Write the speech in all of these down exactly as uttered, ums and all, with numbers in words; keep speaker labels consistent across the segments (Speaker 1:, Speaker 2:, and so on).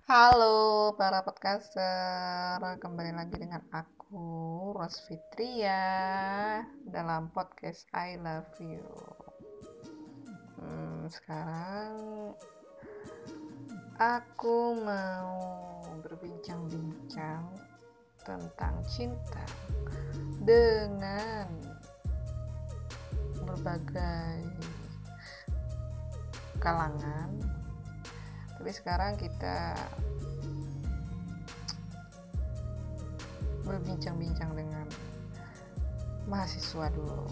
Speaker 1: Halo para podcaster, kembali lagi dengan aku Ros Fitria dalam podcast I Love You. Hmm, sekarang aku mau berbincang-bincang tentang cinta dengan berbagai kalangan. Tapi sekarang kita berbincang-bincang dengan mahasiswa dulu.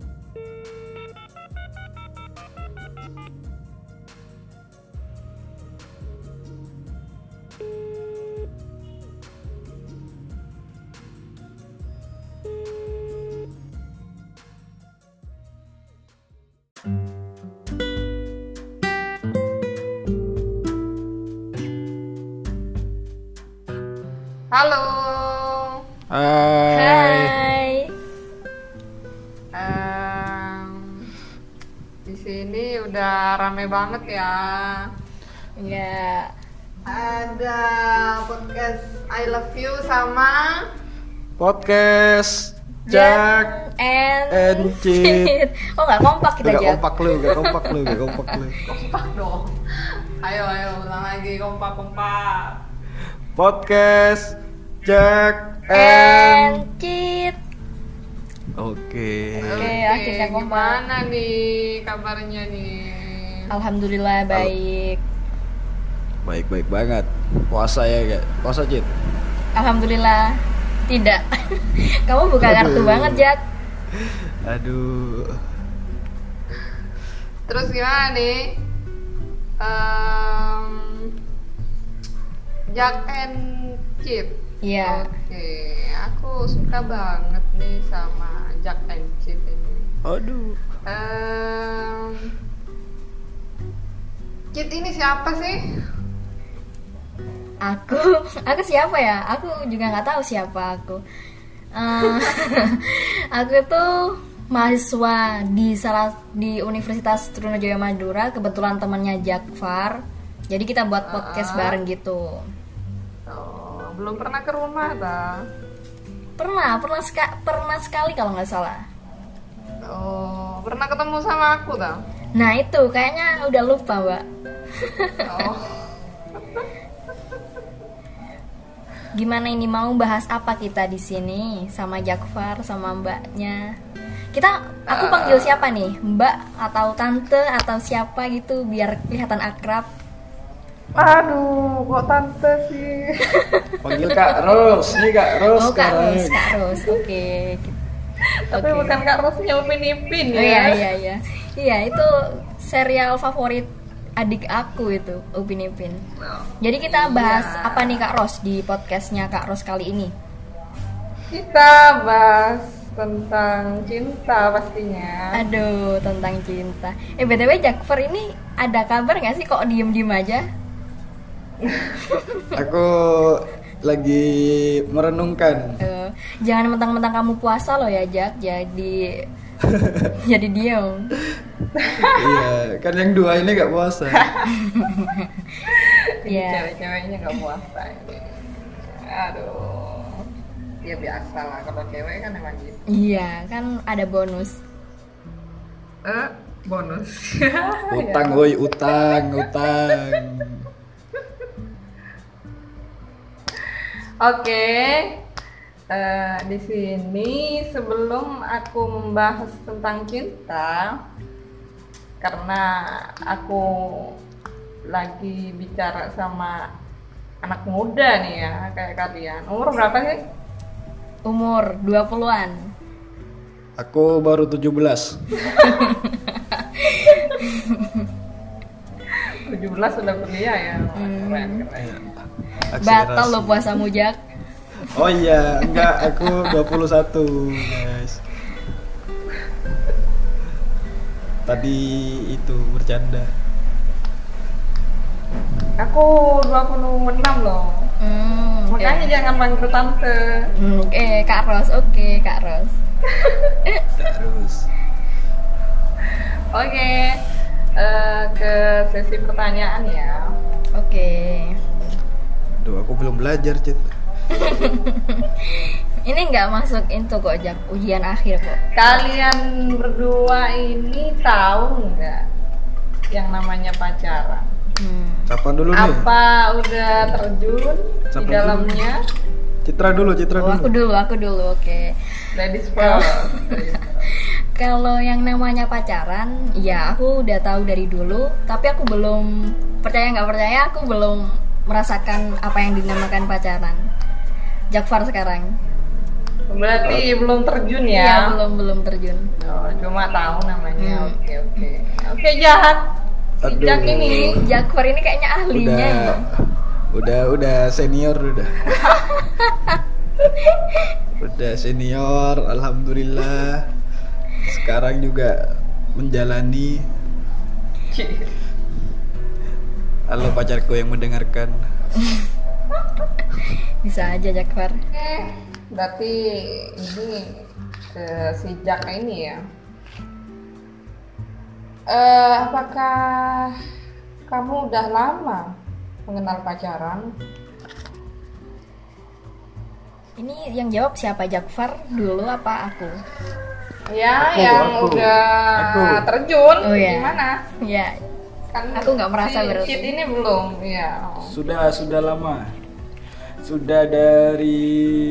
Speaker 1: Halo.
Speaker 2: Hai.
Speaker 3: Hai.
Speaker 1: Um, di sini udah rame banget ya.
Speaker 3: Ya.
Speaker 1: Ada podcast I Love You sama
Speaker 2: Podcast Jack
Speaker 3: and,
Speaker 2: and Cit.
Speaker 3: Oh nggak kompak kita
Speaker 2: Gak
Speaker 3: Jack.
Speaker 2: kompak lu, gak kompak lu, gak kompak lu.
Speaker 1: kompak dong. Ayo ayo ulang lagi kompak kompak.
Speaker 2: Podcast Jack
Speaker 3: And
Speaker 2: and
Speaker 3: Cit.
Speaker 2: Oke.
Speaker 3: Oke, akhirnya kompak.
Speaker 1: Gimana nih kabarnya nih?
Speaker 3: Alhamdulillah baik.
Speaker 2: Baik baik banget. Puasa ya gak? Puasa Cit.
Speaker 3: Alhamdulillah tidak. Kamu buka kartu
Speaker 2: Aduh.
Speaker 3: banget Jack.
Speaker 2: Aduh.
Speaker 1: Terus gimana nih? Um, Jack and Cit.
Speaker 3: Iya.
Speaker 1: Oke, aku suka banget nih sama Jack and Cit ini.
Speaker 2: Aduh.
Speaker 1: Um, Cit ini siapa sih?
Speaker 3: Aku, aku siapa ya? Aku juga nggak tahu siapa aku. Eh, aku itu mahasiswa di salah di Universitas Trunojoyo Madura. Kebetulan temannya Jakfar. Jadi kita buat podcast
Speaker 1: Ah.
Speaker 3: bareng gitu.
Speaker 1: Oh, belum pernah ke rumah ta?
Speaker 3: Pernah, pernah seka- pernah sekali kalau nggak salah.
Speaker 1: Oh, pernah ketemu sama aku ta?
Speaker 3: Nah itu kayaknya udah lupa mbak.
Speaker 1: Oh,
Speaker 3: Gimana ini mau bahas apa kita di sini sama Jakfar sama mbaknya? Kita, aku panggil siapa nih? Mbak atau tante atau siapa gitu biar kelihatan akrab.
Speaker 1: aduh, kok tante sih?
Speaker 2: Panggil Kak Ros, nih Kak Ros.
Speaker 3: Oh Kak
Speaker 2: sekarang.
Speaker 3: Ros, Kak Ros, oke.
Speaker 1: Tapi
Speaker 3: Oke.
Speaker 1: bukan Kak Rosnya Upin Ipin
Speaker 3: Oh,
Speaker 1: ya?
Speaker 3: iya iya iya. Iya itu serial favorit adik aku itu Upin Ipin. Jadi kita bahas
Speaker 1: Iya.
Speaker 3: apa nih Kak Ros di podcastnya Kak Ros kali ini?
Speaker 1: Kita bahas tentang cinta pastinya.
Speaker 3: Aduh tentang cinta. Eh B T W Jakfar ini ada kabar nggak sih kok diem-diem aja?
Speaker 2: Aku lagi merenungkan.
Speaker 3: Eh, jangan mentang-mentang kamu puasa loh ya Jak. Jadi jadi diem.
Speaker 2: Iya, kan yang dua ini gak puasa.
Speaker 1: Ini
Speaker 3: Iya.
Speaker 1: cewek-ceweknya nggak puasa ini. Aduh, ya biasa lah kalau cewek kan emang gitu.
Speaker 3: Iya kan ada bonus.
Speaker 1: Eh, bonus.
Speaker 2: Utang woi, utang, utang.
Speaker 1: Oke, eh, di sini sebelum aku membahas tentang cinta, karena aku lagi bicara sama anak muda nih ya, kayak kalian. Umur berapa sih?
Speaker 3: Umur dua puluhan.
Speaker 2: Aku baru tujuh belas.
Speaker 1: tujuh belas sudah kuliah ya. Keren, keren.
Speaker 3: Batal lo puasamu Jak.
Speaker 2: Oh iya, enggak, aku dua puluh satu, guys. Tadi itu bercanda.
Speaker 1: Aku dua puluh enam loh.
Speaker 3: Hmm, oke.
Speaker 1: Makanya jangan panggil tante.
Speaker 3: Hmm, Oke Kak Ros, oke Kak Ros.
Speaker 2: Terus.
Speaker 1: Oke, eh, ke sesi pertanyaan ya.
Speaker 3: Oke.
Speaker 2: aku belum belajar, Cit.
Speaker 3: Ini nggak masuk itu kok, Jak, ujian akhir kok.
Speaker 1: Kalian berdua ini tahu nggak yang namanya pacaran?
Speaker 3: Hmm.
Speaker 2: Siapa dulu nih?
Speaker 1: Apa udah terjun
Speaker 2: Siapa
Speaker 1: di
Speaker 2: dulu?
Speaker 1: dalamnya?
Speaker 2: Citra dulu, Citra
Speaker 3: Oh,
Speaker 2: dulu.
Speaker 3: aku dulu, aku dulu, oke.
Speaker 1: Ladies first.
Speaker 3: Kalau yang namanya pacaran, ya aku udah tahu dari dulu, tapi aku belum, percaya nggak percaya, aku belum merasakan apa yang dinamakan pacaran. Jakfar sekarang.
Speaker 1: Berarti belum terjun ya?
Speaker 3: Iya, belum belum terjun.
Speaker 1: Oh, cuma tahu namanya.
Speaker 3: Hmm.
Speaker 1: Oke, oke. Oke, jahat. Si
Speaker 2: Aduh.
Speaker 1: Jak ini.
Speaker 3: Jakfar ini kayaknya ahlinya.
Speaker 2: Udah,
Speaker 3: ya.
Speaker 2: udah, udah senior udah. Udah senior, alhamdulillah. Sekarang juga menjalani. Halo pacarku yang mendengarkan.
Speaker 3: Bisa aja Jakfar.
Speaker 1: Oke, berarti ini ke si Jak ini ya. Eh, apakah kamu udah lama mengenal pacaran?
Speaker 3: Ini yang jawab siapa, Jakfar dulu apa aku?
Speaker 1: Ya,
Speaker 2: Aku,
Speaker 1: yang
Speaker 2: aku,
Speaker 1: udah
Speaker 2: aku.
Speaker 1: terjun.
Speaker 3: Oh, ya.
Speaker 1: Gimana?
Speaker 3: Ya,
Speaker 1: Kan
Speaker 3: Aku nggak merasa
Speaker 1: si
Speaker 3: berarti.
Speaker 1: Cid ini belum, ya. Oh.
Speaker 2: Sudah, sudah lama. Sudah dari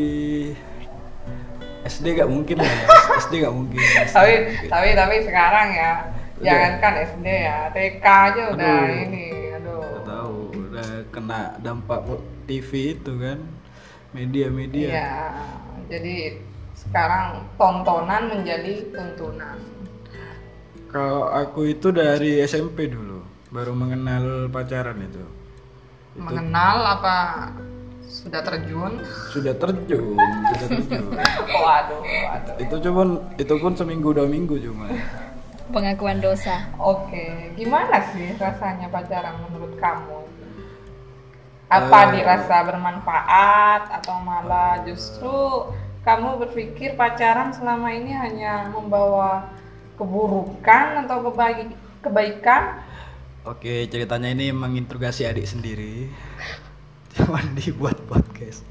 Speaker 2: S D gak mungkin lah ya. S D gak mungkin. S D
Speaker 1: tapi
Speaker 2: nggak mungkin.
Speaker 1: tapi tapi sekarang ya,
Speaker 2: Udah.
Speaker 1: jangankan S D ya, T K aja udah
Speaker 2: Aduh.
Speaker 1: ini, aduh.
Speaker 2: Nggak tahu, udah kena dampak T V itu kan, media-media.
Speaker 1: Iya, jadi sekarang tontonan menjadi tuntunan.
Speaker 2: Kalau aku itu dari S M P dulu, baru mengenal pacaran itu. Itu
Speaker 1: Mengenal apa sudah terjun?
Speaker 2: sudah terjun, sudah terjun.
Speaker 1: Waduh, waduh.
Speaker 2: Itu cuman, itu pun seminggu dua minggu cuma.
Speaker 3: pengakuan dosa.
Speaker 1: Oke, gimana sih rasanya pacaran menurut kamu? Apa
Speaker 2: Eh.
Speaker 1: dirasa bermanfaat atau malah justru kamu berpikir pacaran selama ini hanya membawa keburukan atau kebaik kebaikan?
Speaker 2: Oke, ceritanya ini menginterogasi adik sendiri. Cuman dibuat podcast.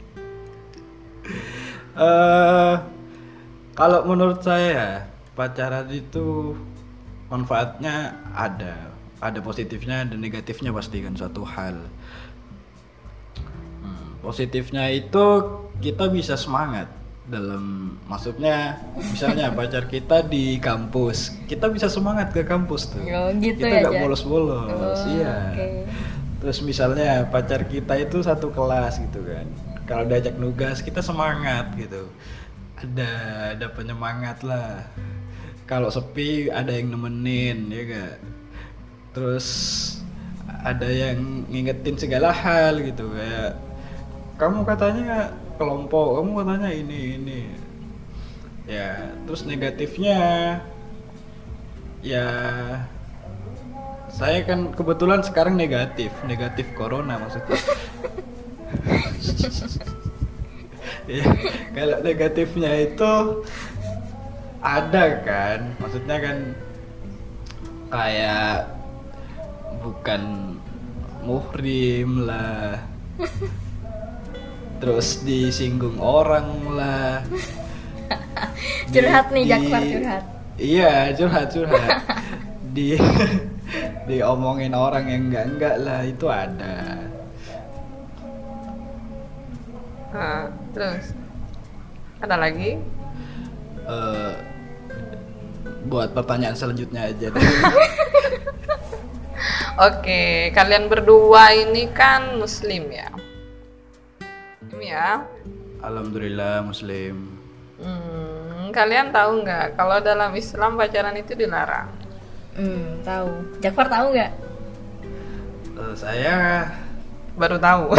Speaker 2: Eh, kalau menurut saya pacaran itu manfaatnya ada, ada positifnya dan negatifnya pasti kan suatu hal. Hmm, positifnya itu kita bisa semangat dalam, maksudnya misalnya pacar kita di kampus, kita bisa semangat ke kampus tuh.
Speaker 3: Oh, gitu
Speaker 2: kita
Speaker 3: ya,
Speaker 2: nggak
Speaker 3: Jak?
Speaker 2: bolos-bolos,
Speaker 3: Oh,
Speaker 2: iya.
Speaker 3: oke.
Speaker 2: Terus misalnya pacar kita itu satu kelas gitu kan, kalau diajak nugas kita semangat gitu, ada ada penyemangat lah. Kalau sepi ada yang nemenin ya gak. Terus ada yang ngingetin segala hal gitu, kayak kamu katanya kelompok, kamu katanya ini ini ya. Terus negatifnya ya, saya kan kebetulan sekarang negatif, negatif corona maksudnya. Ya, kalau negatifnya itu ada kan, maksudnya kan kayak bukan muhrim lah, terus disinggung orang lah.
Speaker 3: Curhat nih,
Speaker 2: Di-
Speaker 3: Jakfar,
Speaker 2: di-
Speaker 3: curhat.
Speaker 2: Iya, curhat curhat. di diomongin orang yang enggak enggak lah, itu ada.
Speaker 1: Nah, terus ada lagi?
Speaker 2: Eh, buat pertanyaan selanjutnya aja deh.
Speaker 1: Oke, kalian berdua ini kan muslim ya? Ini ya.
Speaker 2: Alhamdulillah muslim.
Speaker 1: Hmm, kalian tahu nggak kalau dalam Islam pacaran itu dilarang?
Speaker 3: Hmm, tahu. Jakfar tahu nggak?
Speaker 2: Eh, saya
Speaker 1: Baru tahu.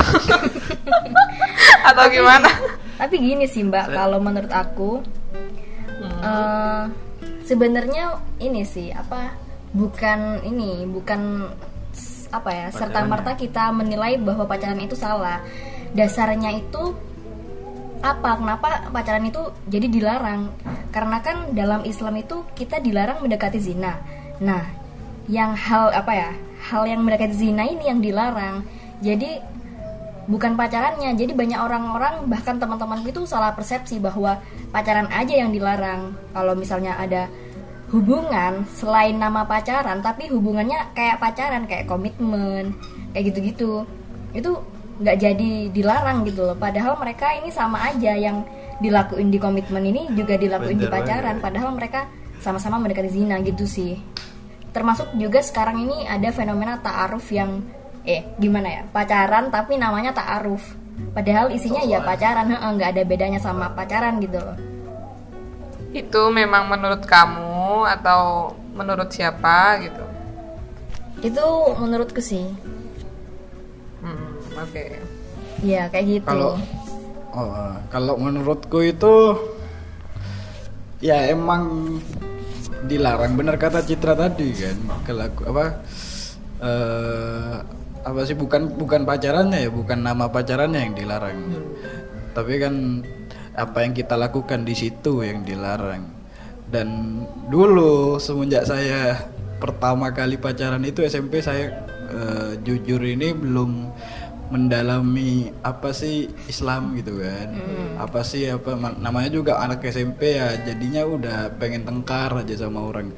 Speaker 1: Atau gimana?
Speaker 3: Tapi gini sih Mbak,
Speaker 2: Saya-
Speaker 3: kalau menurut aku
Speaker 1: Hmm.
Speaker 3: eh, sebenarnya ini sih apa? Bukan ini, bukan s- apa ya? Serta merta kita menilai bahwa pacaran itu salah. Dasarnya itu apa? Kenapa pacaran itu jadi dilarang? Karena kan dalam Islam itu kita dilarang mendekati zina. Nah, yang hal apa ya? Hal yang mendekati zina ini yang dilarang. Jadi bukan pacarannya. Jadi banyak orang-orang, bahkan teman-temanku itu salah persepsi bahwa pacaran aja yang dilarang. Kalau misalnya ada hubungan selain nama pacaran, tapi hubungannya kayak pacaran, kayak komitmen, kayak gitu-gitu, itu nggak jadi dilarang gitu loh. Padahal mereka ini sama aja, yang dilakuin di komitmen ini juga dilakuin
Speaker 2: Bener
Speaker 3: di pacaran.
Speaker 2: banget.
Speaker 3: Padahal mereka sama-sama mendekati zina gitu sih. Termasuk juga sekarang ini ada fenomena ta'aruf yang eh gimana ya, pacaran tapi namanya ta'aruf, padahal isinya ya pacaran, heeh, nggak ada bedanya sama pacaran gitu loh.
Speaker 1: Itu memang menurut kamu atau menurut siapa gitu?
Speaker 3: Itu menurutku sih.
Speaker 1: Hmm, oke.
Speaker 3: Ya kayak gitu.
Speaker 2: Kalau oh, kalau menurutku itu ya emang dilarang, benar kata Citra tadi kan. Kalau aku- apa eh, apa sih, bukan bukan pacarannya ya, bukan nama pacarannya yang dilarang. Tapi kan apa yang kita lakukan di situ yang dilarang. Dan dulu semenjak saya pertama kali pacaran itu S M P, saya eh, jujur ini belum mendalami apa sih Islam gitu kan. Apa sih apa ma- namanya juga anak S M P ya, jadinya udah pengen tengkar aja sama orang.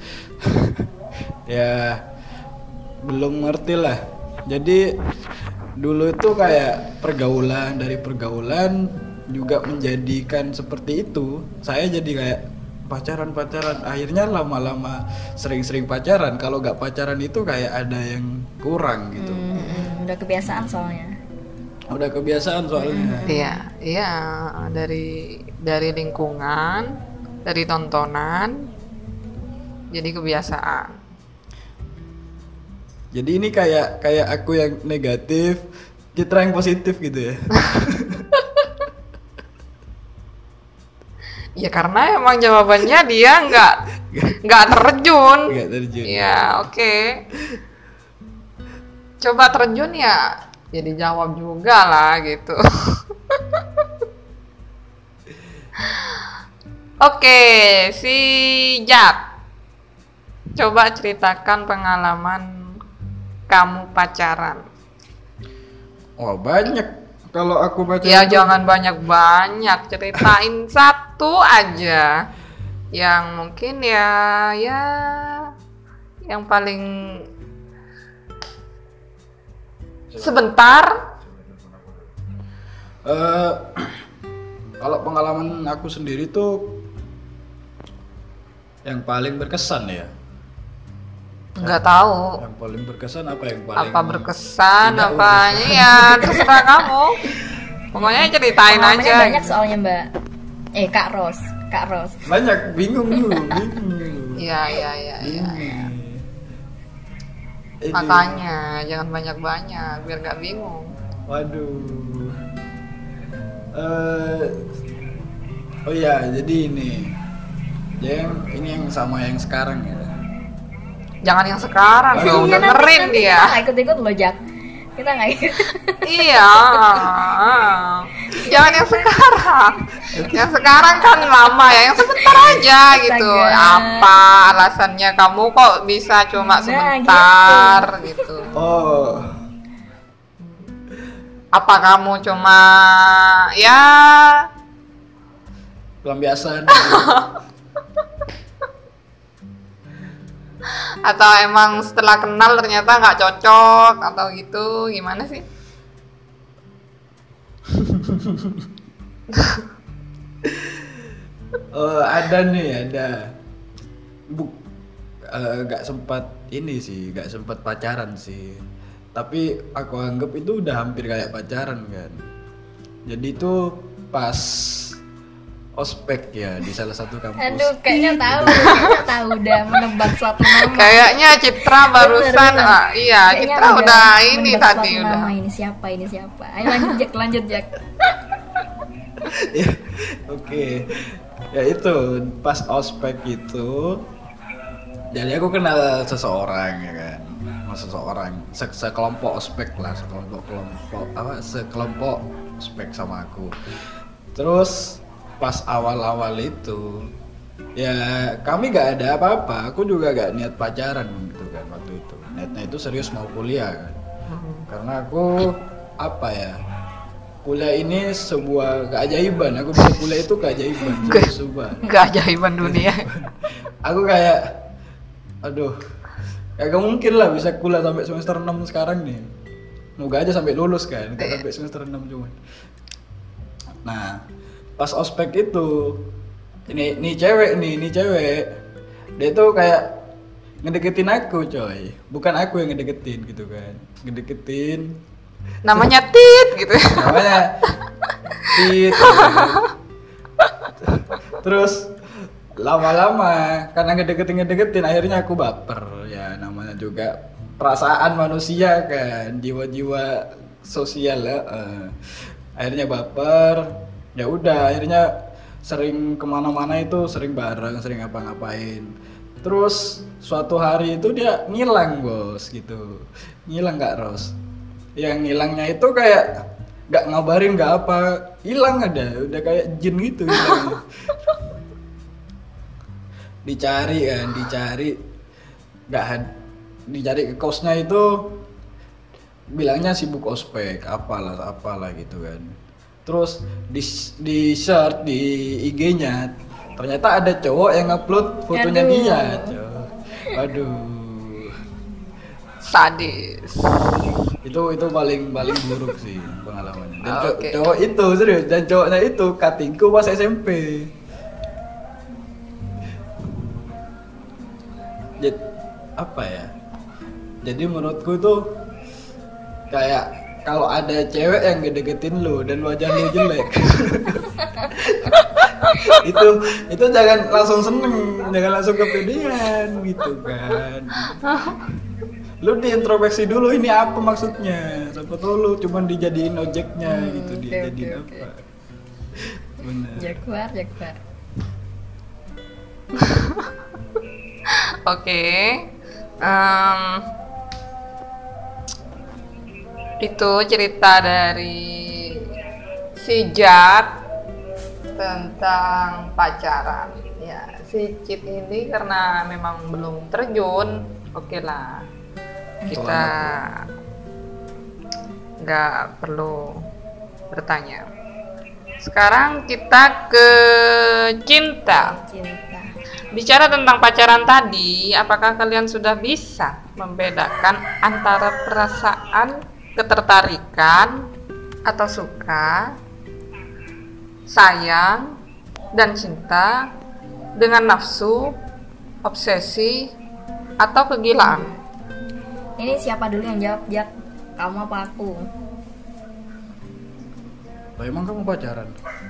Speaker 2: Ya belum ngerti lah. Jadi dulu itu kayak pergaulan, dari pergaulan juga menjadikan seperti itu. Saya jadi kayak pacaran-pacaran, akhirnya lama-lama sering-sering pacaran. Kalau nggak pacaran itu kayak ada yang kurang gitu.
Speaker 3: Hmm, udah kebiasaan soalnya.
Speaker 2: Udah kebiasaan soalnya.
Speaker 1: Iya, iya, dari dari lingkungan, dari tontonan, jadi kebiasaan.
Speaker 2: Jadi ini kayak kayak aku yang negatif, Citra yang positif gitu ya.
Speaker 1: Ya karena emang jawabannya dia nggak nggak terjun.
Speaker 2: Nggak terjun.
Speaker 1: Ya oke. Coba terjun ya, jadi jawab juga lah gitu. Oke, si Jack, coba ceritakan pengalaman kamu pacaran.
Speaker 2: Oh banyak. Kalau aku pacaran
Speaker 1: Ya
Speaker 2: tuh-
Speaker 1: jangan banyak-banyak, ceritain satu aja yang mungkin ya ya yang paling sebentar.
Speaker 2: Eh, kalau pengalaman aku sendiri tuh yang paling berkesan ya.
Speaker 1: Nggak tahu
Speaker 2: Yang paling berkesan apa yang paling
Speaker 1: apa berkesan
Speaker 2: tidak
Speaker 1: apa ya, terserah kamu. Pokoknya ceritain
Speaker 3: Pengalamannya
Speaker 1: aja.
Speaker 3: banyak soalnya Mbak. Eh Kak Ros, Kak Ros.
Speaker 2: Banyak, bingung dulu, bingung.
Speaker 1: Iya iya iya iya.
Speaker 2: Bingung. Ini-
Speaker 1: Makanya jangan banyak-banyak biar nggak bingung.
Speaker 2: Waduh. Eh, oh ya, jadi ini. Yang ini yang sama yang sekarang ya.
Speaker 1: Jangan yang sekarang dong,
Speaker 3: Iya, nanti-
Speaker 1: dengerin
Speaker 3: nanti
Speaker 1: dia.
Speaker 3: Kita nggak ikut-ikut loh Jak. Kita nggak ikut.
Speaker 1: Iya. Jangan yang sekarang. Yang sekarang kan lama ya, yang sebentar aja gitu.
Speaker 3: Astaga.
Speaker 1: Apa alasannya kamu kok bisa cuma
Speaker 3: Nah,
Speaker 1: sebentar gitu.
Speaker 2: Oh.
Speaker 1: Apa kamu cuma ya
Speaker 2: Pelampiasan.
Speaker 1: atau emang setelah kenal ternyata nggak cocok atau gitu, gimana sih?
Speaker 2: Oh, ada nih, ada. Bu, eh, nggak sempat ini sih, nggak sempat pacaran sih. Tapi aku anggap itu udah hampir kayak pacaran kan. Jadi itu pas ospek ya di salah satu kampus.
Speaker 3: Aduh, kayaknya tahu, kayaknya tahu udah menebak suatu nama.
Speaker 1: Kayaknya Citra barusan,
Speaker 3: Bener, bener.
Speaker 1: ah, iya
Speaker 3: Kayaknya
Speaker 1: Citra udah ini
Speaker 3: menebak
Speaker 1: tadi
Speaker 3: suatu
Speaker 1: udah.
Speaker 3: nama, ini siapa, ini siapa. Ayo lanjut Jak, lanjut Jak.
Speaker 2: Ya, oke. Ya itu pas ospek itu. Jadi aku kenal seseorang ya kan. Sama seseorang, se- sekelompok ospek lah, sekelompok kelompok apa sekelompok ospek sama aku. Terus pas awal-awal itu ya kami gak ada apa-apa, aku juga gak niat pacaran gitu kan waktu itu. Niatnya itu serius mau kuliah kan. Karena aku apa ya, kuliah ini sebuah keajaiban. Aku bisa kuliah itu keajaiban. Coba.
Speaker 1: Keajaiban dunia.
Speaker 2: Aku kayak, aduh, kayak gak mungkin lah bisa kuliah sampai semester enam sekarang nih. Moga aja sampai lulus kan, gak sampai semester enam cuman. Nah, pas ospek itu, ini ini cewek nih, ini cewek. Dia tuh kayak ngedeketin aku coy, bukan aku yang ngedeketin gitu kan, ngedeketin.
Speaker 1: Namanya Tit gitu.
Speaker 2: Namanya Tit. Terus lama-lama karena ngedeketin-ngedeketin akhirnya aku baper ya, namanya juga perasaan manusia kan, jiwa-jiwa sosial ya. Uh, akhirnya baper, ya udah akhirnya sering kemana-mana itu sering bareng, sering apa-ngapain. Terus suatu hari itu dia ngilang bos gitu, ngilang Kak Ros. Yang ngilangnya itu kayak nggak ngabarin nggak apa, hilang ada, udah kayak jin gitu hilang. Dicari kan, dicari, nggak had, dicari ke kosnya itu, bilangnya sibuk ospek, apalah apalah gitu kan. Terus di di search di I G-nya, ternyata ada cowok yang upload fotonya
Speaker 3: Aduh.
Speaker 2: dia, cowok. Aduh.
Speaker 1: Sadis.
Speaker 2: Itu itu paling paling buruk sih pengalamannya. Dan
Speaker 1: Ah,
Speaker 2: cow-
Speaker 1: oke.
Speaker 2: cowok itu serius, dan cowoknya itu katingku pas S M P. Jadi apa ya? Jadi menurutku tuh kayak kalau ada cewek yang ngedeketin lu dan wajah lu jelek, itu itu jangan langsung seneng, jangan langsung kepedean gitu kan. Lu diintrospeksi dulu, ini apa maksudnya? Siapa tahu lu cuman dijadiin ojeknya
Speaker 3: Hmm,
Speaker 2: gitu,
Speaker 3: oke,
Speaker 2: dijadiin
Speaker 3: oke,
Speaker 2: apa? Bener.
Speaker 3: Jaguar, Jaguar.
Speaker 1: Oke. Em, itu cerita dari si Jat tentang pacaran. Ya, si Cit ini karena memang belum terjun, oke lah. Kita nggak perlu bertanya. Sekarang kita ke cinta.
Speaker 3: Cinta.
Speaker 1: Bicara tentang pacaran tadi, apakah kalian sudah bisa membedakan antara perasaan ketertarikan atau suka, sayang, dan cinta dengan nafsu, obsesi, atau kegilaan?
Speaker 3: Ini siapa dulu yang jawab, Jak? Kamu apa aku?
Speaker 2: Lah emang kamu pacaran?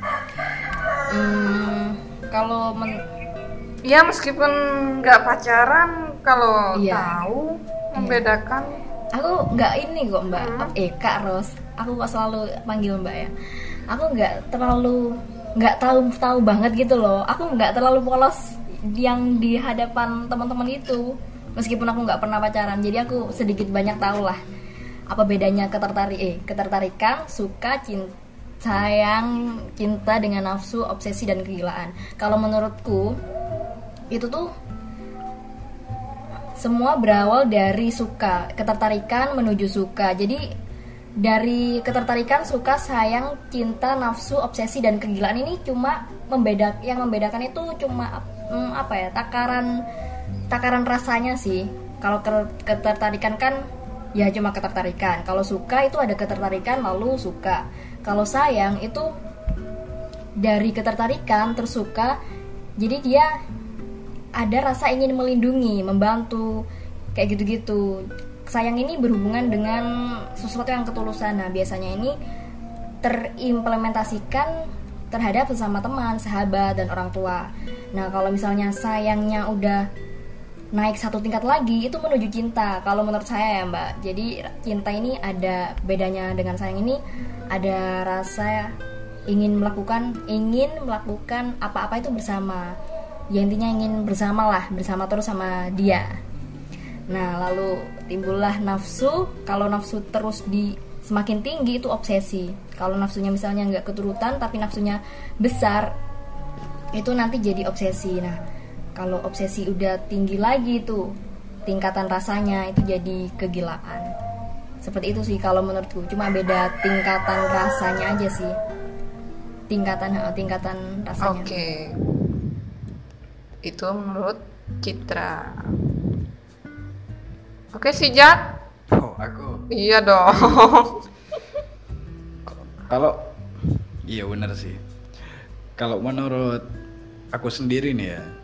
Speaker 3: Hmm, kalau men-
Speaker 1: Ya meskipun nggak pacaran, kalau
Speaker 3: Iya.
Speaker 1: tahu membedakan.
Speaker 3: aku nggak ini kok Mbak.
Speaker 1: Hmm.
Speaker 3: Eh Kak Ros, aku kok selalu panggil Mbak ya. Aku nggak terlalu nggak tahu tahu banget gitu loh. Aku nggak terlalu polos yang di hadapan teman-teman itu. Meskipun aku nggak pernah pacaran, jadi aku sedikit banyak tahu lah apa bedanya ketertarik eh ketertarikan, suka, cinta, sayang, cinta dengan nafsu, obsesi, dan kegilaan. Kalau menurutku itu tuh semua berawal dari suka, ketertarikan menuju suka. Jadi dari ketertarikan, suka, sayang, cinta, nafsu, obsesi, dan kegilaan ini cuma membedak yang membedakan itu cuma hmm, apa ya, takaran takaran rasanya sih. Kalau ke- ketertarikan kan ya cuma ketertarikan. Kalau suka itu ada ketertarikan lalu suka. Kalau sayang itu dari ketertarikan terus suka. Jadi dia ada rasa ingin melindungi, membantu, kayak gitu-gitu. Sayang ini berhubungan dengan sesuatu yang ketulusan. Nah, biasanya ini terimplementasikan terhadap sesama teman, sahabat, dan orang tua. Nah, kalau misalnya sayangnya udah naik satu tingkat lagi, itu menuju cinta. Kalau menurut saya ya Mbak, jadi cinta ini ada bedanya dengan sayang ini, ada rasa ingin melakukan ingin melakukan apa-apa itu bersama. Ya intinya ingin bersama lah, bersama terus sama dia. Nah lalu timbullah nafsu. Kalau nafsu terus di semakin tinggi itu obsesi. Kalau nafsunya misalnya nggak keturutan tapi nafsunya besar, itu nanti jadi obsesi. Nah kalau obsesi udah tinggi lagi tuh tingkatan rasanya, itu jadi kegilaan. Seperti itu sih kalau menurutku, cuma beda tingkatan rasanya aja sih, tingkatan eh, tingkatan rasanya.
Speaker 1: Oke, itu menurut Citra. Oke sih Jak.
Speaker 2: Oh, aku
Speaker 1: Iya dong.
Speaker 2: kalau iya benar sih. Kalau menurut aku sendiri nih ya,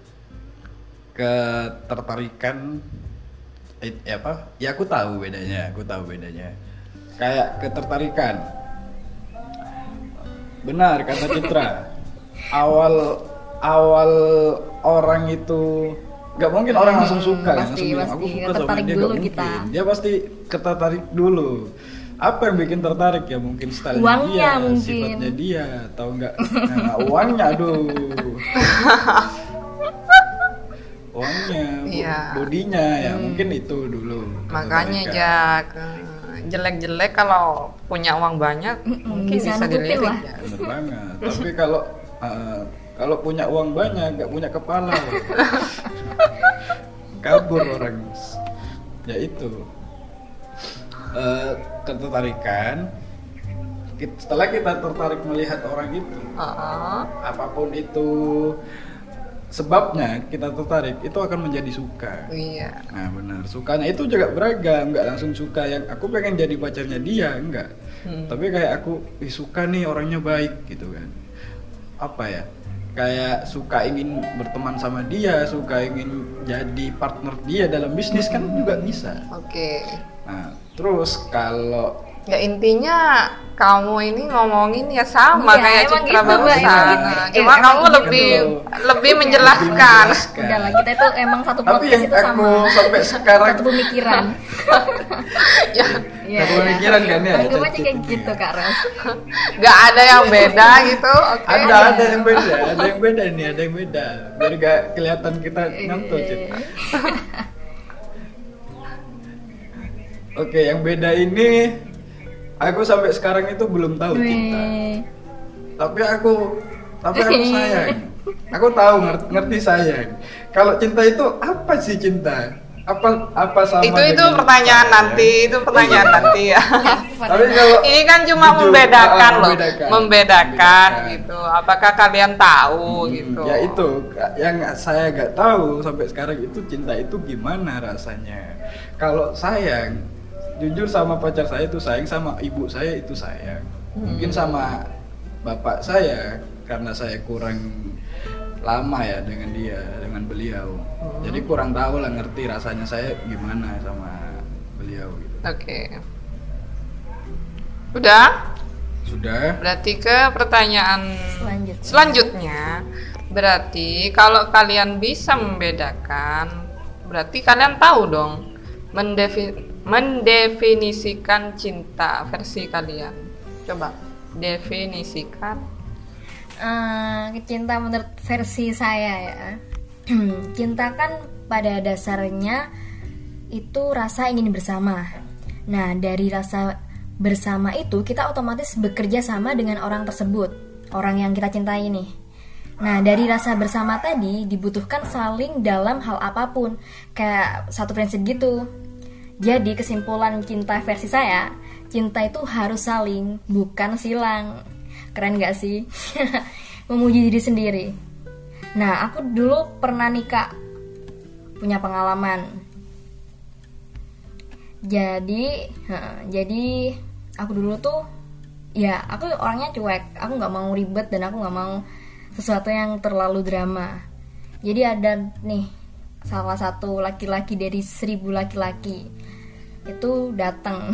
Speaker 2: ketertarikan eh, ya apa? Ya aku tahu bedanya, aku tahu bedanya. Kayak ketertarikan. Benar kata Citra. awal awal orang itu nggak mungkin orang
Speaker 3: Hmm,
Speaker 2: langsung suka,
Speaker 3: pasti,
Speaker 2: langsung bilang,
Speaker 3: pasti.
Speaker 2: aku suka sama
Speaker 3: Tertarik
Speaker 2: dia,
Speaker 3: dulu
Speaker 2: nggak
Speaker 3: kita.
Speaker 2: mungkin. Dia pasti ketertarik dulu. Apa yang bikin tertarik ya? Mungkin style
Speaker 3: Uangnya
Speaker 2: dia,
Speaker 3: mungkin.
Speaker 2: sifatnya dia, atau enggak? Nah, uangnya, aduh. Uangnya,
Speaker 1: Iya.
Speaker 2: bodinya ya mungkin itu dulu.
Speaker 1: Makanya
Speaker 2: ketertarikan.
Speaker 1: Jak, eh, jelek-jelek kalau punya uang banyak mungkin
Speaker 3: bisa
Speaker 1: bisa,
Speaker 3: nutupin
Speaker 1: dilirik
Speaker 3: lah.
Speaker 1: ya.
Speaker 2: Bener banget. Tapi kalau uh, kalau punya uang banyak, nggak punya kepala, kabur orang. Ya itu. Uh, ketertarikan. Kit- Setelah kita tertarik melihat orang itu,
Speaker 1: Heeh.
Speaker 2: apapun itu sebabnya kita tertarik, itu akan menjadi suka.
Speaker 1: Iya.
Speaker 2: Nah benar, sukanya itu juga beragam, nggak langsung suka yang aku pengen jadi pacarnya dia, enggak.
Speaker 1: Hmm.
Speaker 2: Tapi kayak aku, ih suka nih orangnya baik gitu kan. Apa ya, kayak suka ingin berteman sama dia, suka ingin jadi partner dia dalam bisnis kan juga bisa.
Speaker 1: Oke.
Speaker 2: Nah terus kalau
Speaker 1: Ya intinya kamu ini ngomongin ya sama
Speaker 3: Iya,
Speaker 1: kayak
Speaker 3: emang
Speaker 1: Citra
Speaker 3: gitu, Mbak,
Speaker 1: barusan.
Speaker 3: emang
Speaker 1: Nah,
Speaker 3: gitu.
Speaker 1: Cuma
Speaker 3: Eh,
Speaker 1: kamu
Speaker 3: emang
Speaker 1: lebih
Speaker 2: gitu.
Speaker 1: lebih menjelaskan.
Speaker 3: Udah lah, kita itu emang satu
Speaker 2: tapi
Speaker 3: podcast
Speaker 2: yang
Speaker 3: itu
Speaker 2: aku
Speaker 3: sama,
Speaker 2: sampai sekarang
Speaker 3: satu pemikiran.
Speaker 1: Ya,
Speaker 3: Iya,
Speaker 2: Satu
Speaker 3: iya.
Speaker 2: pemikiran kan ya,
Speaker 3: Anggap aja
Speaker 2: satu
Speaker 3: kayak
Speaker 2: pemikiran.
Speaker 3: gitu Kak Ros.
Speaker 1: nggak ada yang beda gitu. Oke.
Speaker 2: ada ada yang beda, ada yang beda nih, ada yang beda. Biar gak kelihatan kita ngantuk Cit.
Speaker 3: Iya.
Speaker 2: Oke, yang beda ini aku sampai sekarang itu belum tahu cinta.
Speaker 3: Wih.
Speaker 2: Tapi aku tapi aku sayang. Aku tahu ngerti, ngerti sayang. Kalau cinta itu apa sih cinta? Apa apa sama
Speaker 1: Itu itu
Speaker 2: dengan
Speaker 1: pertanyaan
Speaker 2: sayang?
Speaker 1: nanti, itu pertanyaan nanti ya.
Speaker 2: Tapi kalau
Speaker 1: Ini kan cuma
Speaker 2: jujur,
Speaker 1: membedakan
Speaker 2: ah,
Speaker 1: loh,
Speaker 2: membedakan.
Speaker 1: membedakan
Speaker 2: Membedakan.
Speaker 1: gitu. Apakah kalian tahu
Speaker 2: Hmm,
Speaker 1: gitu?
Speaker 2: Ya itu yang saya gak tahu sampai sekarang itu cinta itu gimana rasanya. Kalau sayang, jujur sama pacar saya itu sayang, sama ibu saya itu sayang. Mungkin sama bapak saya karena saya kurang lama ya dengan dia, dengan beliau. Jadi kurang tahu lah, ngerti rasanya saya gimana sama beliau gitu.
Speaker 1: Oke. Udah?
Speaker 2: Sudah.
Speaker 1: Berarti ke pertanyaan
Speaker 3: Selanjutnya.
Speaker 1: selanjutnya. Berarti kalau kalian bisa membedakan, berarti kalian tahu dong mendefi- mendefinisikan cinta versi kalian. Coba definisikan.
Speaker 3: Eh, cinta menurut versi saya ya. Cinta kan pada dasarnya itu rasa ingin bersama. Nah, dari rasa bersama itu kita otomatis bekerja sama dengan orang tersebut, orang yang kita cintai nih. Nah, dari rasa bersama tadi dibutuhkan saling dalam hal apapun, kayak satu prinsip gitu. Jadi kesimpulan cinta versi saya, cinta itu harus saling, bukan silang. Keren gak sih? Memuji diri sendiri. Nah, aku dulu pernah nikah, punya pengalaman. Jadi, heeh, jadi aku dulu tuh, ya aku orangnya cuek. Aku nggak mau ribet dan aku nggak mau sesuatu yang terlalu drama. Jadi ada nih salah satu laki-laki dari seribu laki-laki itu datang,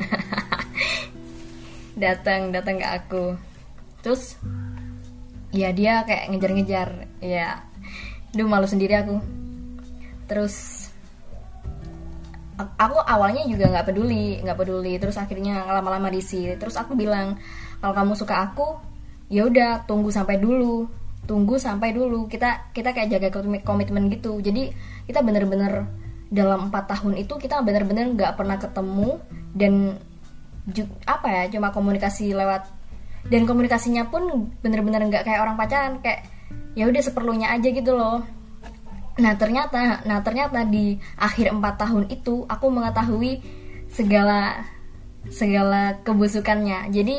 Speaker 3: datang datang ke aku. Terus ya dia kayak ngejar-ngejar, ya duh malu sendiri aku. Terus aku awalnya juga nggak peduli nggak peduli terus akhirnya lama-lama risih. Terus aku bilang, kalau kamu suka aku ya udah tunggu sampai dulu tunggu sampai dulu kita kita kayak jaga komitmen gitu. Jadi kita bener-bener dalam empat tahun itu kita bener-bener nggak pernah ketemu dan ju- apa ya cuma komunikasi lewat, dan komunikasinya pun bener-bener nggak kayak orang pacaran, kayak ya udah seperlunya aja gitu loh. Nah ternyata, nah ternyata di akhir empat tahun itu aku mengetahui segala segala kebusukannya. Jadi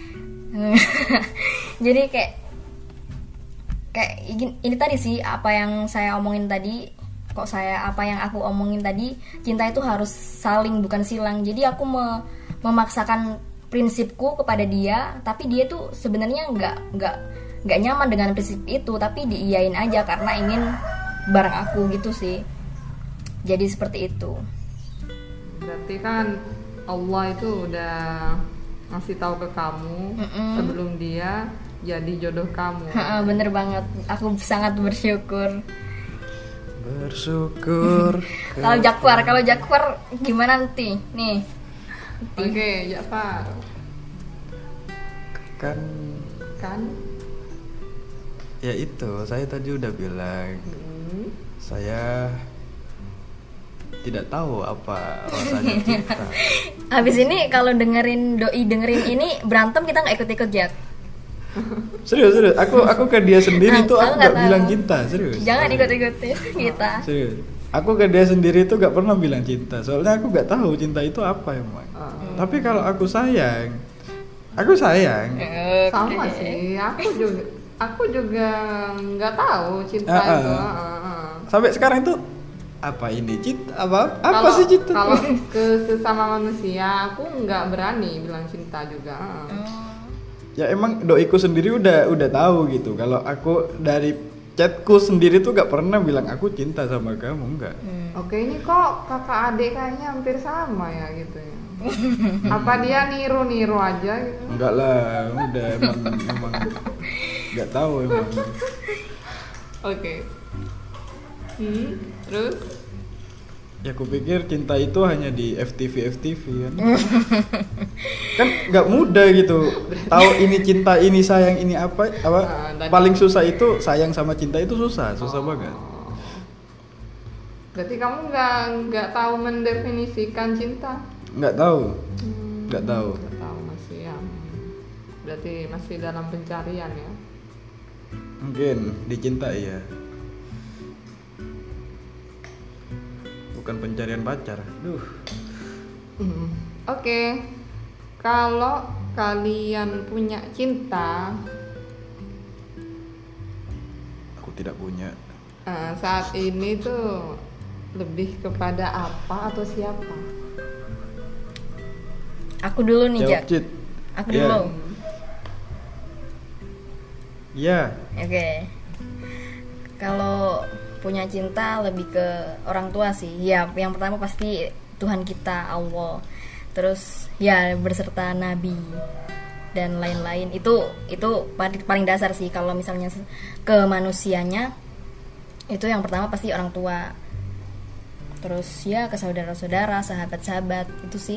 Speaker 3: jadi kayak kayak ini, ini tadi sih apa yang saya omongin tadi. Kok saya apa yang aku omongin tadi, cinta itu harus saling bukan silang. Jadi aku me, memaksakan prinsipku kepada dia, tapi dia tuh sebenarnya nggak nggak nggak nyaman dengan prinsip itu, tapi diiyain aja karena ingin bareng aku gitu sih. Jadi seperti itu.
Speaker 1: Berarti kan Allah itu udah ngasih tahu ke kamu
Speaker 3: Mm-mm.
Speaker 1: sebelum dia jadi jodoh kamu.
Speaker 3: Bener banget, aku sangat bersyukur.
Speaker 2: Bersyukur.
Speaker 3: Kalau Jakfar, kalau Jakfar gimana nanti? Nih.
Speaker 1: Oke, Jafar.
Speaker 2: Kan
Speaker 1: Kan?
Speaker 2: ya itu, saya tadi udah bilang
Speaker 1: Hmm.
Speaker 2: saya tidak tahu apa rasanya cinta.
Speaker 3: Habis ini kalau dengerin doi dengerin ini berantem kita nggak ikut-ikut Jak.
Speaker 2: Serius, serius. Aku aku ke dia sendiri
Speaker 3: Nah,
Speaker 2: tuh
Speaker 3: aku
Speaker 2: aku
Speaker 3: nggak
Speaker 2: nggak
Speaker 3: tahu.
Speaker 2: bilang cinta, serius.
Speaker 3: Jangan ikut-ikutin kita.
Speaker 2: Serius. Aku ke dia sendiri tuh gak pernah bilang cinta. Soalnya aku gak tahu cinta itu apa emang.
Speaker 1: Ah.
Speaker 2: Tapi kalau aku sayang, aku sayang.
Speaker 1: Sama sih, aku juga aku juga nggak tahu cinta
Speaker 2: Ah, ah.
Speaker 1: itu. Ah, ah, ah.
Speaker 2: Sampai sekarang itu apa ini cinta? Apa apa
Speaker 1: Kalau-
Speaker 2: sih cinta?
Speaker 1: Kalau ke sesama manusia, aku nggak berani bilang cinta juga. Ah.
Speaker 2: Ya emang doiku sendiri udah udah tahu gitu. Kalau aku dari chatku sendiri tuh gak pernah bilang aku cinta sama kamu, enggak.
Speaker 1: Oke, ini kok kakak adik kayaknya hampir sama ya gitu ya. Apa dia niru-niru aja gitu?
Speaker 2: Enggak lah, udah emang emang nggak tahu emang.
Speaker 1: Oke. Hmm, terus?
Speaker 2: Ya aku pikir cinta itu hanya di F T V F T V kan. Kan nggak mudah gitu. Tahu ini cinta, ini sayang, ini apa apa
Speaker 1: Nah, tadi-
Speaker 2: paling susah itu sayang sama cinta itu susah, susah banget.
Speaker 1: Berarti kamu nggak nggak tahu mendefinisikan cinta?
Speaker 2: Nggak tahu.
Speaker 1: Hmm,
Speaker 2: Nggak tahu.
Speaker 1: Nggak tahu masih ya. Berarti masih dalam pencarian ya.
Speaker 2: Mungkin dicintai ya. Bukan pencarian pacar. Duh.
Speaker 1: Hmm, Oke. Kalau kalian punya cinta,
Speaker 2: Aku tidak punya.
Speaker 1: eh, saat ini tuh lebih kepada apa atau siapa?
Speaker 3: Aku dulu nih
Speaker 2: Jawab,
Speaker 3: Jak.
Speaker 2: Cit.
Speaker 3: Aku
Speaker 2: Iya.
Speaker 3: dulu.
Speaker 2: Iya.
Speaker 3: Oke. Kalau punya cinta lebih ke orang tua sih. Ya, yang pertama pasti Tuhan kita, Allah. Terus ya berserta nabi dan lain-lain. Itu itu paling paling dasar sih kalau misalnya ke manusianya. Itu yang pertama pasti orang tua. Terus ya ke saudara-saudara, sahabat-sahabat, itu sih.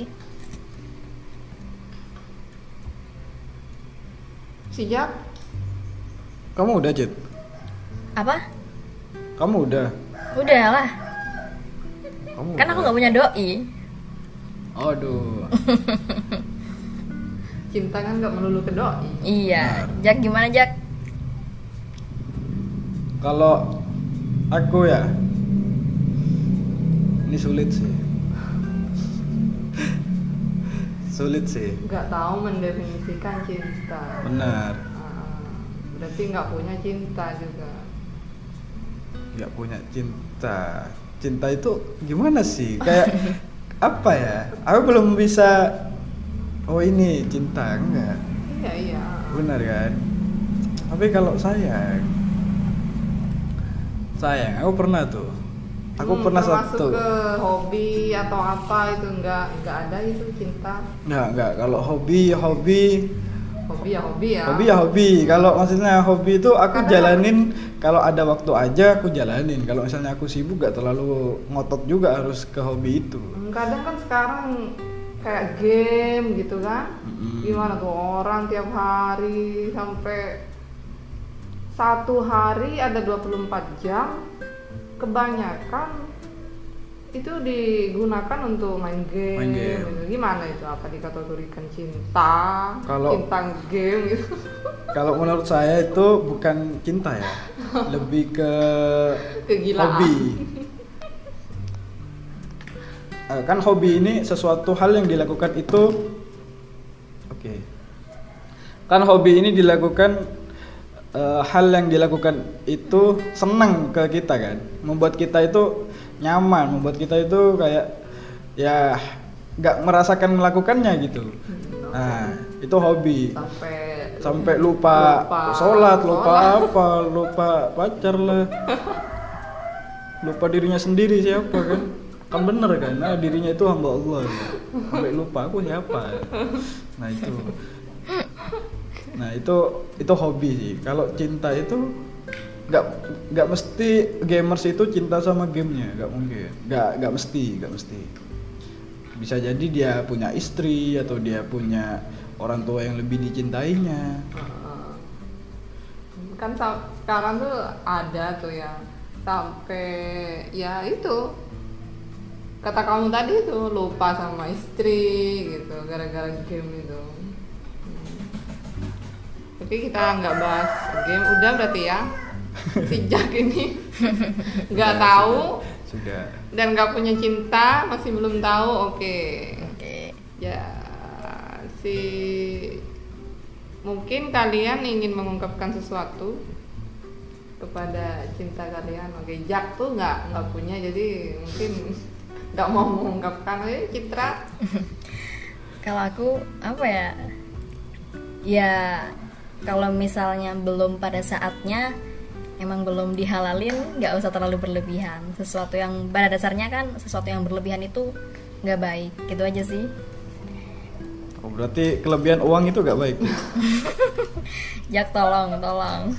Speaker 1: Sejak
Speaker 2: Kamu udah, Cit?
Speaker 3: Apa?
Speaker 2: Kamu udah?
Speaker 3: Udah lah.
Speaker 2: Kamu
Speaker 3: Kan aku nggak punya doi.
Speaker 2: Aduh.
Speaker 1: cinta kan nggak melulu ke doi.
Speaker 3: Iya. Jak gimana Jak?
Speaker 2: Kalau aku ya, ini sulit sih. Sulit sih.
Speaker 1: Nggak tahu mendefinisikan cinta.
Speaker 2: Benar.
Speaker 1: Ah, berarti nggak punya cinta juga.
Speaker 2: Nggak punya cinta. Cinta itu gimana sih? Kayak apa ya? Aku belum bisa. Oh ini cinta enggak?
Speaker 1: Iya iya.
Speaker 2: Benar kan? Tapi kalau sayang, sayang. Aku pernah tuh. Aku
Speaker 1: Hmm,
Speaker 2: pernah
Speaker 1: termasuk
Speaker 2: satu.
Speaker 1: ke hobi atau apa itu nggak nggak ada itu cinta.
Speaker 2: Nggak nggak. Kalau hobi hobi
Speaker 1: Hobi ya hobi ya.
Speaker 2: Hobi ya hobi. Kalau maksudnya hobi itu aku
Speaker 1: Kadang-
Speaker 2: jalanin kalau ada waktu aja aku jalanin. Kalau misalnya aku sibuk gak terlalu ngotot juga harus ke hobi itu.
Speaker 1: Hmm, Kadang kan sekarang kayak game gitu kan.
Speaker 2: Mm-mm.
Speaker 1: Gimana tuh orang tiap hari sampai satu hari ada dua puluh empat jam. Kebanyakan itu digunakan untuk main game.
Speaker 2: Main game.
Speaker 1: gitu. Gimana itu? Apa dikategorikan cinta?
Speaker 2: Kalau-
Speaker 1: cinta game gitu.
Speaker 2: Kalau menurut saya itu bukan cinta ya, lebih ke
Speaker 1: Kegilaan.
Speaker 2: hobi. Eh, Kan hobi ini sesuatu hal yang dilakukan itu Oke. Kan hobi ini dilakukan eh, hal yang dilakukan itu senang ke kita kan, membuat kita itu nyaman, membuat kita itu kayak ya nggak merasakan melakukannya gitu. Nah itu hobi.
Speaker 1: Sampai
Speaker 2: Sampai lupa,
Speaker 1: lupa
Speaker 2: sholat, lupa
Speaker 1: sholat.
Speaker 2: apa, lupa pacar lah, lupa dirinya sendiri siapa kan? Kan bener kan? Nah dirinya itu hamba Allah. Ya. Sampai lupa aku siapa. Nah itu. Nah itu itu hobi sih. Kalau cinta itu nggak nggak mesti gamers itu cinta sama gamenya, nggak mungkin. Nggak nggak mesti, nggak mesti. Bisa jadi dia punya istri atau dia punya orang tua yang lebih dicintainya.
Speaker 1: Heeh. Kan sa- sekarang tuh ada tuh yang sampai ya itu kata kamu tadi tuh lupa sama istri gitu gara-gara game itu. Hmm. Tapi kita nggak bahas game, udah berarti ya. Si Jack ini nggak
Speaker 2: Ya,
Speaker 1: tahu
Speaker 2: Sudah. sudah.
Speaker 1: dan nggak punya cinta, masih belum tahu. Oke.
Speaker 3: Oke.
Speaker 1: Ya, si mungkin kalian ingin mengungkapkan sesuatu kepada cinta kalian. Oke, Jack tuh nggak nggak punya, jadi mungkin nggak mau mengungkapkan. Eh, Citra,
Speaker 3: Kalau aku apa ya? Ya kalau misalnya belum pada saatnya, emang belum dihalalin, nggak usah terlalu berlebihan. Sesuatu yang pada dasarnya kan sesuatu yang berlebihan itu nggak baik. Gitu aja sih.
Speaker 2: Oh, berarti kelebihan uang itu gak baik.
Speaker 3: Jak tolong, tolong.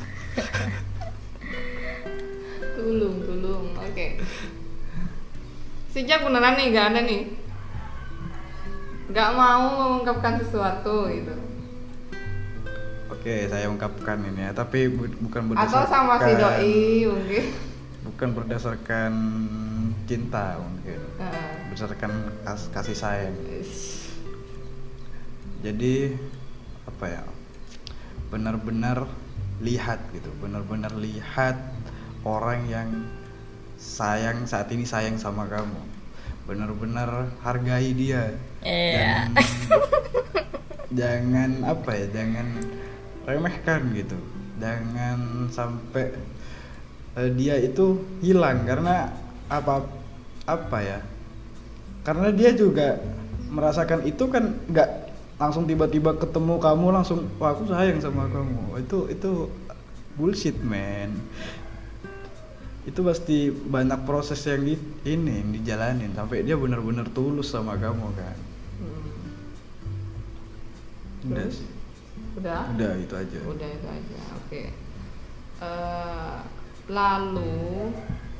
Speaker 1: tulung, tulung. Oke. Si Jack beneran nih nggak ada nih, nggak mau mengungkapkan sesuatu gitu.
Speaker 2: Oke, saya ungkapkan ini ya, tapi bu- bukan
Speaker 1: Atau
Speaker 2: berdasarkan
Speaker 1: sama si doi mungkin.
Speaker 2: bukan berdasarkan cinta mungkin.
Speaker 1: Heeh.
Speaker 2: Berdasarkan kas- kasih sayang. Jadi apa ya? Benar-benar lihat gitu, benar-benar lihat orang yang sayang saat ini sayang sama kamu. Benar-benar hargai dia.
Speaker 3: Iya.
Speaker 2: Jangan, jangan apa ya? Jangan remehkan gitu. Jangan sampai eh, dia itu hilang karena apa apa ya? Karena dia juga merasakan itu kan nggak langsung tiba-tiba ketemu kamu langsung wah aku sayang sama kamu. Itu itu bullshit man. Itu pasti banyak proses yang di, ini yang dijalanin sampai dia benar-benar tulus sama kamu kan.
Speaker 1: Hmm.
Speaker 2: Udah
Speaker 1: Terus?
Speaker 2: sih.
Speaker 1: Udah?
Speaker 2: Udah itu aja.
Speaker 1: Udah itu aja. Oke. Eh, lalu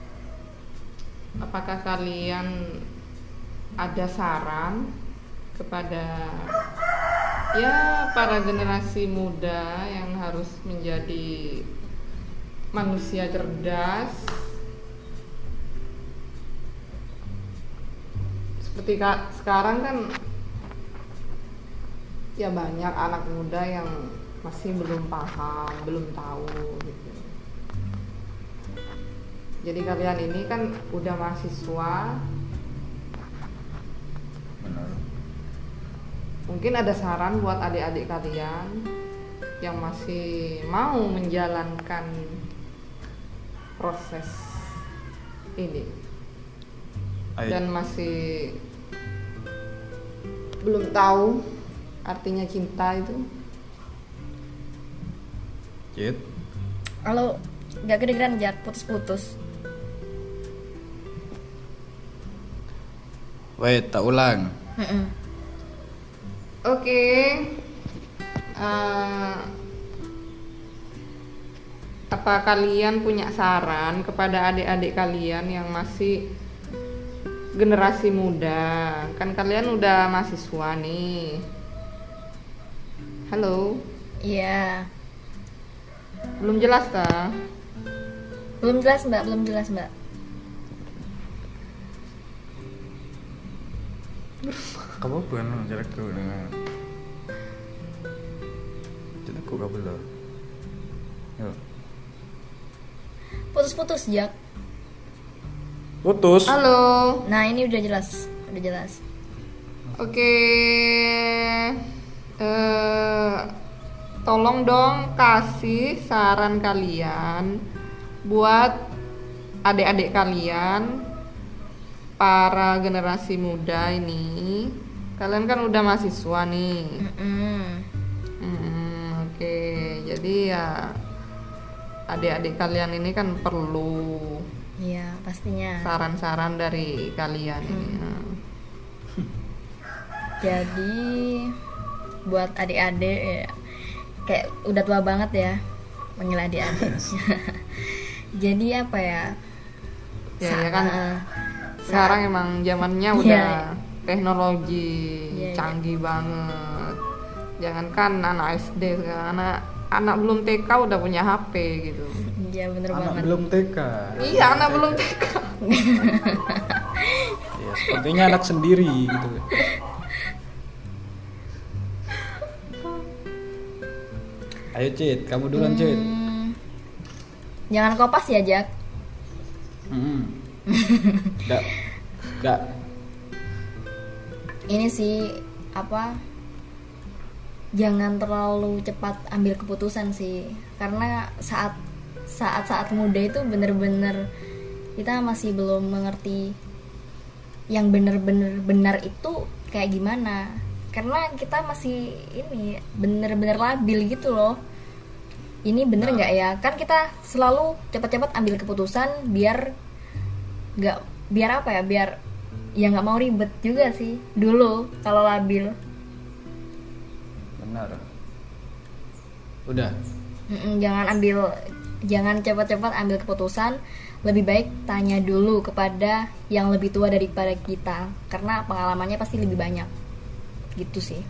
Speaker 1: apakah kalian ada saran kepada ya para generasi muda yang harus menjadi manusia cerdas seperti ka- sekarang kan ya banyak anak muda yang masih belum paham, belum tahu gitu. Jadi kalian ini kan udah mahasiswa,
Speaker 2: Benar.
Speaker 1: mungkin ada saran buat adik-adik kalian yang masih mau menjalankan proses ini
Speaker 2: Ayo.
Speaker 1: dan masih belum tahu artinya cinta itu.
Speaker 2: Cit.
Speaker 3: Kalau nggak kedengeran Jak, putus-putus.
Speaker 2: Wait, tak ulang.
Speaker 3: Mm-mm.
Speaker 1: Oke. Eh, apa kalian punya saran kepada adik-adik kalian yang masih generasi muda? Kan kalian udah mahasiswa nih. Halo.
Speaker 3: Iya.
Speaker 1: Belum jelas ta?
Speaker 3: Belum jelas Mbak, belum jelas Mbak.
Speaker 2: Kamu bukan jarakku dengan jarakku kabel dah. Yuk.
Speaker 3: Putus-putus Jak.
Speaker 2: Putus.
Speaker 1: Halo.
Speaker 3: Nah ini udah jelas, udah jelas.
Speaker 1: Oke. eh, tolong dong kasih saran kalian buat adik-adik kalian, para generasi muda ini. Kalian kan udah mahasiswa nih.
Speaker 3: Mm-mm.
Speaker 1: Hmm, oke, jadi ya adik-adik kalian ini kan perlu
Speaker 3: Iya, pastinya.
Speaker 1: saran-saran dari kalian ini.
Speaker 3: Jadi buat adik-adik ya, kayak udah tua banget ya panggil adik-adik. Jadi apa ya?
Speaker 1: Ya,
Speaker 3: Sa-
Speaker 1: ya kan.
Speaker 3: eh,
Speaker 1: Sekarang emang zamannya
Speaker 3: Iya.
Speaker 1: udah teknologi
Speaker 3: Iya, iya.
Speaker 1: canggih banget. Jangankan anak S D sekarang, anak anak belum T K udah punya H P gitu.
Speaker 3: Iya bener
Speaker 2: Anak
Speaker 3: banget.
Speaker 2: belum T K.
Speaker 1: Iya, anak belum T K.
Speaker 2: Ya, sepertinya anak sendiri gitu. Ayo Cid, kamu duluan Cid.
Speaker 3: Hmm, jangan kopas ya Jak.
Speaker 2: Hmm. Nggak, nggak.
Speaker 3: Ini sih apa? Jangan terlalu cepat ambil keputusan sih, karena saat saat saat muda itu bener-bener kita masih belum mengerti yang bener-bener benar itu kayak gimana, karena kita masih ini bener-bener labil gitu loh. Ini bener nggak ya? Kan kita selalu cepat-cepat ambil keputusan biar nggak biar apa ya? Biar ya nggak mau ribet juga sih dulu kalau labil.
Speaker 2: Benar. Udah.
Speaker 3: Mm-mm, jangan ambil jangan cepat-cepat ambil keputusan, lebih baik tanya dulu kepada yang lebih tua daripada kita, karena pengalamannya pasti lebih banyak gitu sih.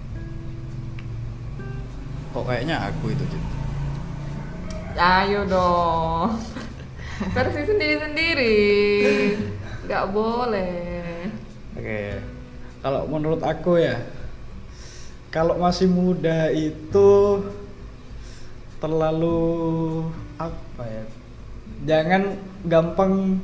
Speaker 2: Kok kayaknya aku itu Cid.
Speaker 1: Ayo dong. Versi sendiri-sendiri. Nggak boleh.
Speaker 2: Oke. Kalau menurut aku ya, kalau masih muda itu terlalu apa ya? Jangan gampang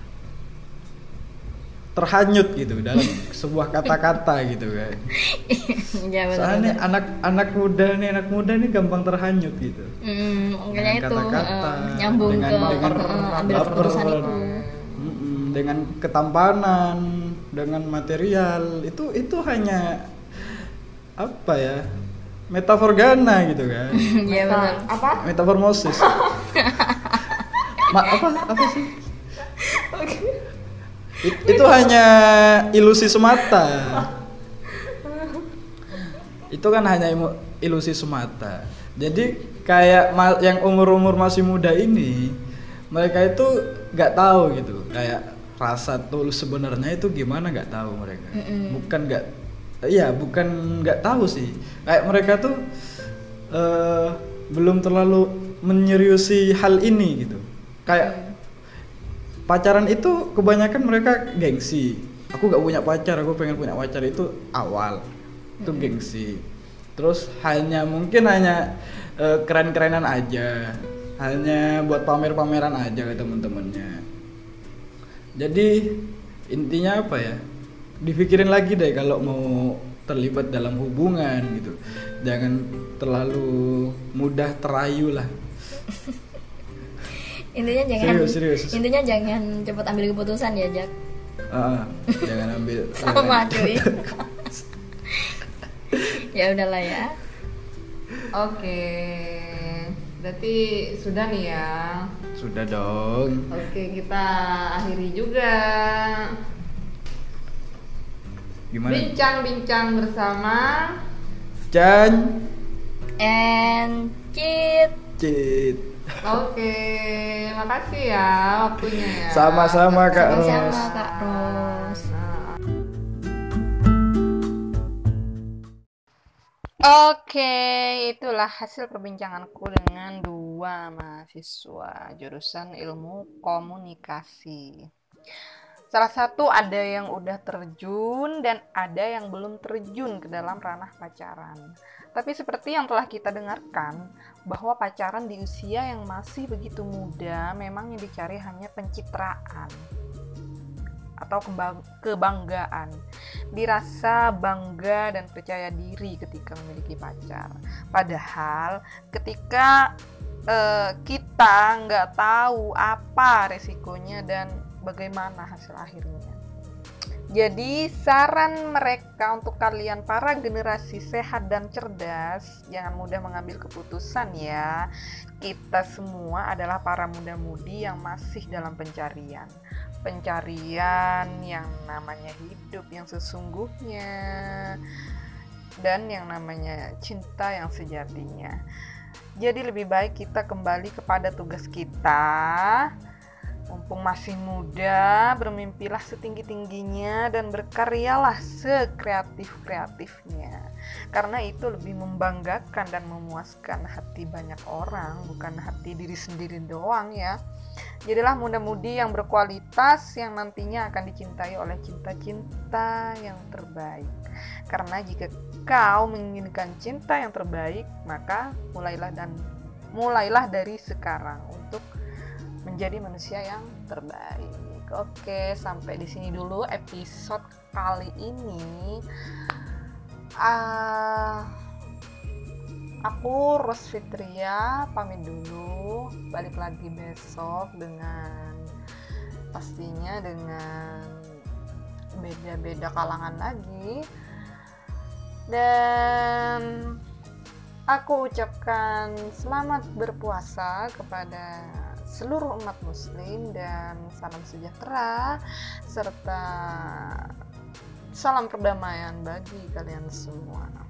Speaker 2: terhanyut gitu dalam sebuah kata-kata gitu kan.
Speaker 3: Ya, betul,
Speaker 2: Soalnya
Speaker 3: betul.
Speaker 2: anak-anak muda nih, anak muda nih gampang terhanyut gitu.
Speaker 3: Mm, makanya
Speaker 2: Dengan
Speaker 3: itu
Speaker 2: kata-kata,
Speaker 3: eh, nyambung
Speaker 2: dengan-
Speaker 3: ke
Speaker 2: dengan
Speaker 3: eh, ambil
Speaker 2: baper,
Speaker 3: keputusan itu.
Speaker 2: Mm-mm, dengan ketampanan, dengan material itu itu hanya apa ya? Metaforgana gitu kan.
Speaker 3: Iya benar.
Speaker 1: Apa?
Speaker 2: Metaformosis. Ma, apa apa sih? It- itu hanya ilusi semata. Itu kan hanya imu- ilusi semata. Jadi kayak ma- yang umur-umur masih muda ini, mereka itu nggak tahu gitu. Kayak rasa tulus sebenarnya itu gimana nggak tahu mereka.
Speaker 3: Mm-mm.
Speaker 2: Bukan nggak, iya bukan nggak tahu sih. Kayak mereka tuh eh, belum terlalu menyeriusi hal ini gitu. Kayak pacaran itu kebanyakan mereka gengsi. Aku gak punya pacar, aku pengen punya pacar itu awal. Itu gengsi. Terus hanya mungkin hanya eh, keren-kerenan aja. Hanya buat pamer-pameran aja ke temen-temennya. Jadi intinya apa ya? Dipikirin lagi deh kalau mau terlibat dalam hubungan gitu. Jangan terlalu mudah terayu lah.
Speaker 3: Intinya jangan
Speaker 2: Serius, serius.
Speaker 3: intinya jangan cepat ambil keputusan ya Jak.
Speaker 2: Ah, jangan ambil.
Speaker 3: Sama cuy. Ya udahlah ya.
Speaker 1: Oke. Berarti sudah nih ya.
Speaker 2: Sudah dong.
Speaker 1: Oke, kita akhiri juga
Speaker 2: Gimana?
Speaker 1: bincang-bincang bersama.
Speaker 2: Jan,
Speaker 3: And cheat.
Speaker 2: Cid.
Speaker 1: Oke, makasih ya waktunya ya.
Speaker 2: Sama-sama Kak Ros.
Speaker 3: Sama-sama Kak Ros.
Speaker 1: Nah, Oke, itulah hasil perbincanganku dengan dua mahasiswa jurusan ilmu komunikasi. Salah satu ada yang udah terjun dan ada yang belum terjun ke dalam ranah pacaran. Tapi seperti yang telah kita dengarkan, bahwa pacaran di usia yang masih begitu muda memang yang dicari hanya pencitraan.
Speaker 4: atau kembang- kebanggaan, dirasa bangga dan percaya diri ketika memiliki pacar. Padahal ketika eh, kita nggak tahu apa resikonya dan bagaimana hasil akhirnya. Jadi saran mereka untuk kalian para generasi sehat dan cerdas, jangan mudah mengambil keputusan ya. Kita semua adalah para muda-mudi yang masih dalam pencarian. Pencarian yang namanya hidup yang sesungguhnya dan yang namanya cinta yang sejatinya. Jadi lebih baik kita kembali kepada tugas kita. Mumpung masih muda, bermimpilah setinggi-tingginya dan berkaryalah sekreatif-kreatifnya. Karena itu lebih membanggakan dan memuaskan hati banyak orang, bukan hati diri sendiri doang ya. Jadilah muda-mudi yang berkualitas yang nantinya akan dicintai oleh cinta-cinta yang terbaik. Karena jika kau menginginkan cinta yang terbaik, maka mulailah dan mulailah dari sekarang untuk menjadi manusia yang terbaik. Oke, sampai di sini dulu episode kali ini. Uh, aku Ros Fitria pamit dulu. Balik lagi besok dengan pastinya dengan beda-beda kalangan lagi. Dan aku ucapkan selamat berpuasa kepada seluruh umat muslim dan salam sejahtera serta salam perdamaian bagi kalian semua.